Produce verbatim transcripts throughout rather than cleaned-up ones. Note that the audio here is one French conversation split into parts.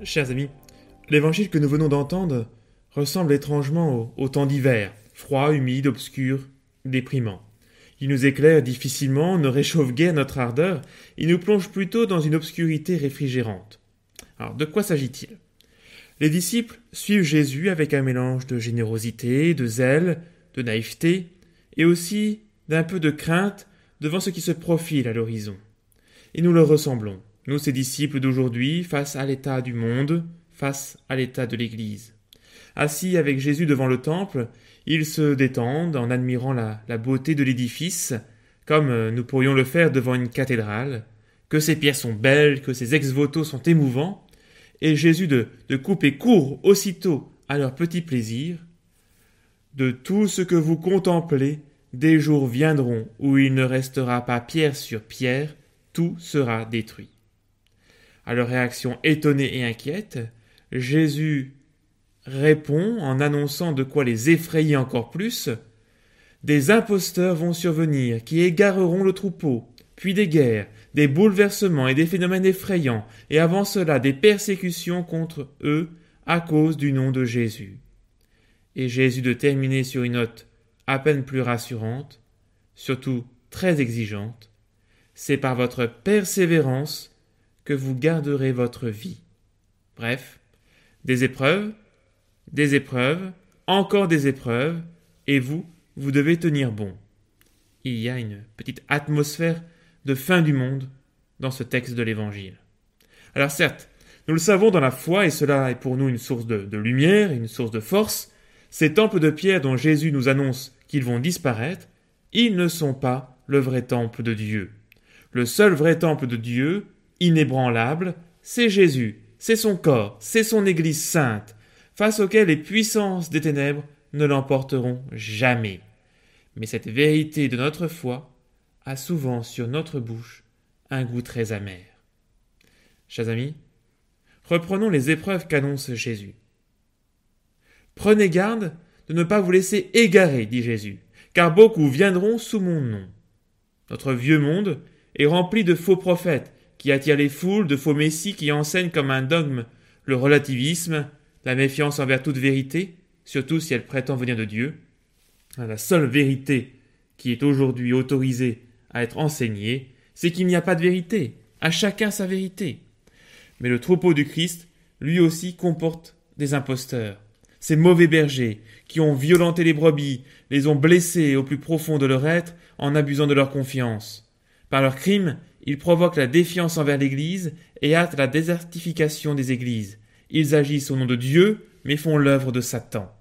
Chers amis, l'évangile que nous venons d'entendre ressemble étrangement au, au temps d'hiver, froid, humide, obscur, déprimant. Il nous éclaire difficilement, ne réchauffe guère notre ardeur, il nous plonge plutôt dans une obscurité réfrigérante. Alors, de quoi s'agit-il ? Les disciples suivent Jésus avec un mélange de générosité, de zèle, de naïveté, et aussi d'un peu de crainte devant ce qui se profile à l'horizon. Et nous leur ressemblons, nous ces disciples d'aujourd'hui, face à l'état du monde, face à l'état de l'Église. Assis avec Jésus devant le temple, ils se détendent en admirant la, la beauté de l'édifice, comme nous pourrions le faire devant une cathédrale, que ses pierres sont belles, que ses ex-voto sont émouvants, et Jésus de, de couper court aussitôt à leur petit plaisir. De tout ce que vous contemplez, des jours viendront où il ne restera pas pierre sur pierre, tout sera détruit. À leur réaction étonnée et inquiète, Jésus répond en annonçant de quoi les effrayer encore plus. Des imposteurs vont survenir qui égareront le troupeau, puis des guerres, des bouleversements et des phénomènes effrayants, et avant cela des persécutions contre eux à cause du nom de Jésus. Et Jésus de terminer sur une note à peine plus rassurante, surtout très exigeante. C'est par votre persévérance que vous garderez votre vie. Bref, des épreuves, des épreuves, encore des épreuves, et vous, vous devez tenir bon. Il y a une petite atmosphère de fin du monde dans ce texte de l'Évangile. Alors certes, nous le savons dans la foi, et cela est pour nous une source de, de lumière, une source de force, ces temples de pierre dont Jésus nous annonce qu'ils vont disparaître, ils ne sont pas le vrai temple de Dieu. Le seul vrai temple de Dieu, inébranlable, c'est Jésus, c'est son corps, c'est son Église sainte, face auquel les puissances des ténèbres ne l'emporteront jamais. Mais cette vérité de notre foi a souvent sur notre bouche un goût très amer. Chers amis, reprenons les épreuves qu'annonce Jésus. Prenez garde de ne pas vous laisser égarer, dit Jésus, car beaucoup viendront sous mon nom. Notre vieux monde est rempli de faux prophètes qui attirent les foules, de faux messies qui enseignent comme un dogme le relativisme, la méfiance envers toute vérité, surtout si elle prétend venir de Dieu. La seule vérité qui est aujourd'hui autorisée à être enseignée, c'est qu'il n'y a pas de vérité, à chacun sa vérité. Mais le troupeau du Christ, lui aussi, comporte des imposteurs, ces mauvais bergers qui ont violenté les brebis, les ont blessés au plus profond de leur être en abusant de leur confiance. Par leurs crimes, ils provoquent la défiance envers l'Église et hâtent la désertification des églises. Ils agissent au nom de Dieu, mais font l'œuvre de Satan.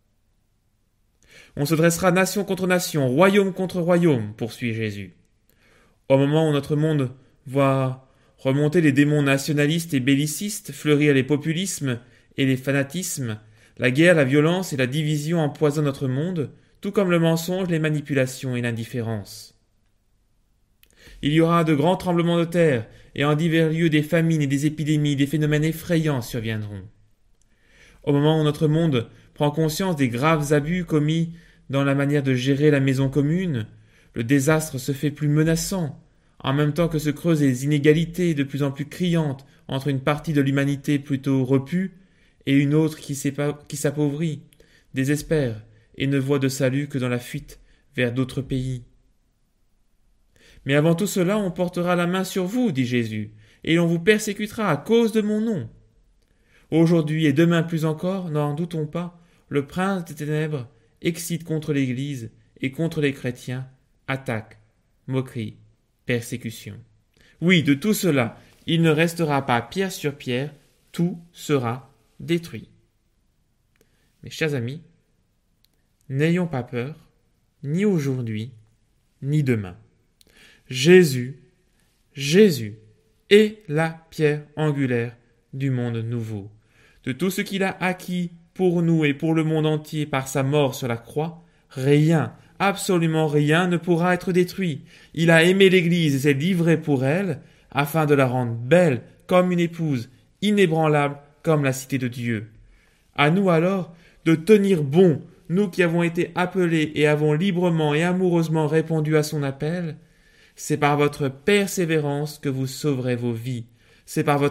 On se dressera nation contre nation, royaume contre royaume, poursuit Jésus. Au moment où notre monde voit remonter les démons nationalistes et bellicistes, fleurir les populismes et les fanatismes, la guerre, la violence et la division empoisonnent notre monde, tout comme le mensonge, les manipulations et l'indifférence. Il y aura de grands tremblements de terre, et en divers lieux des famines et des épidémies, des phénomènes effrayants surviendront. Au moment où notre monde prend conscience des graves abus commis dans la manière de gérer la maison commune, le désastre se fait plus menaçant, en même temps que se creusent les inégalités de plus en plus criantes entre une partie de l'humanité plutôt repue et une autre qui, qui s'appauvrit, désespère et ne voit de salut que dans la fuite vers d'autres pays. Mais avant tout cela, on portera la main sur vous, dit Jésus, et l'on vous persécutera à cause de mon nom. Aujourd'hui et demain plus encore, n'en doutons pas, le prince des ténèbres excite contre l'Église et contre les chrétiens, attaque, moquerie, persécution. Oui, de tout cela, il ne restera pas pierre sur pierre, tout sera détruit. Mes chers amis, n'ayons pas peur, ni aujourd'hui, ni demain. Jésus, Jésus est la pierre angulaire du monde nouveau. De tout ce qu'il a acquis pour nous et pour le monde entier par sa mort sur la croix, rien, absolument rien ne pourra être détruit. Il a aimé l'Église et s'est livré pour elle, afin de la rendre belle comme une épouse, inébranlable comme la cité de Dieu. À nous alors de tenir bon, nous qui avons été appelés et avons librement et amoureusement répondu à son appel. C'est par votre persévérance que vous sauverez vos vies. C'est par votre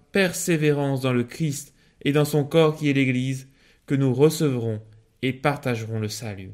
persévérance dans le Christ et dans son corps qui est l'Église que nous recevrons et partagerons le salut.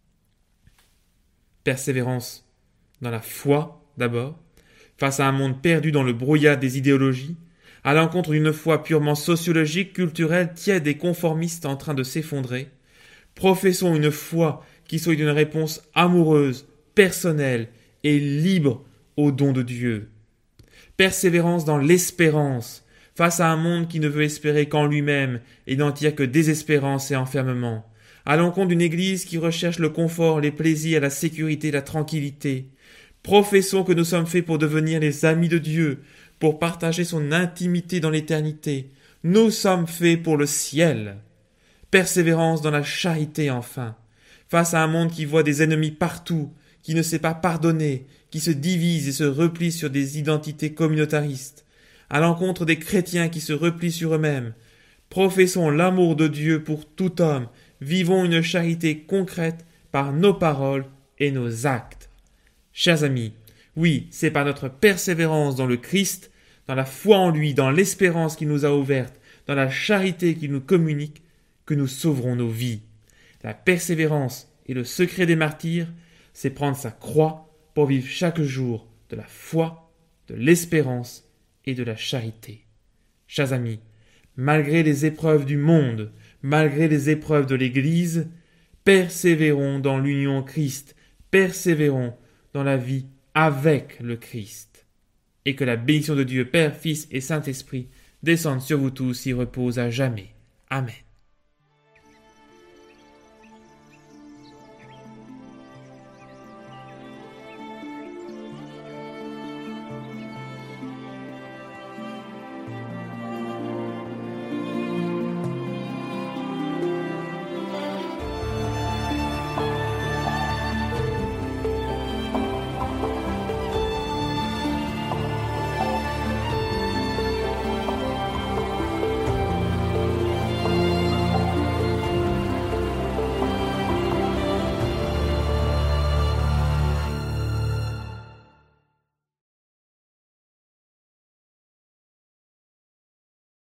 Persévérance dans la foi d'abord, face à un monde perdu dans le brouillard des idéologies, à l'encontre d'une foi purement sociologique, culturelle, tiède et conformiste en train de s'effondrer. Professons une foi qui soit une réponse amoureuse, personnelle et libre au don de Dieu. Persévérance dans l'espérance, face à un monde qui ne veut espérer qu'en lui-même et n'en tire que désespérance et enfermement, à l'encontre d'une Église qui recherche le confort, les plaisirs, la sécurité, la tranquillité. Professons que nous sommes faits pour devenir les amis de Dieu, pour partager son intimité dans l'éternité. Nous sommes faits pour le ciel. Persévérance dans la charité enfin, face à un monde qui voit des ennemis partout, qui ne sait pas pardonner, qui se divise et se replie sur des identités communautaristes, à l'encontre des chrétiens qui se replient sur eux-mêmes. Professons l'amour de Dieu pour tout homme, vivons une charité concrète par nos paroles et nos actes. Chers amis, oui, c'est par notre persévérance dans le Christ, dans la foi en lui, dans l'espérance qu'il nous a ouverte, dans la charité qu'il nous communique, que nous sauverons nos vies. La persévérance et le secret des martyrs, c'est prendre sa croix pour vivre chaque jour de la foi, de l'espérance et de la charité. Chers amis, malgré les épreuves du monde, malgré les épreuves de l'Église, persévérons dans l'union au Christ, persévérons dans la vie avec le Christ. Et que la bénédiction de Dieu, Père, Fils et Saint-Esprit descende sur vous tous et repose à jamais. Amen.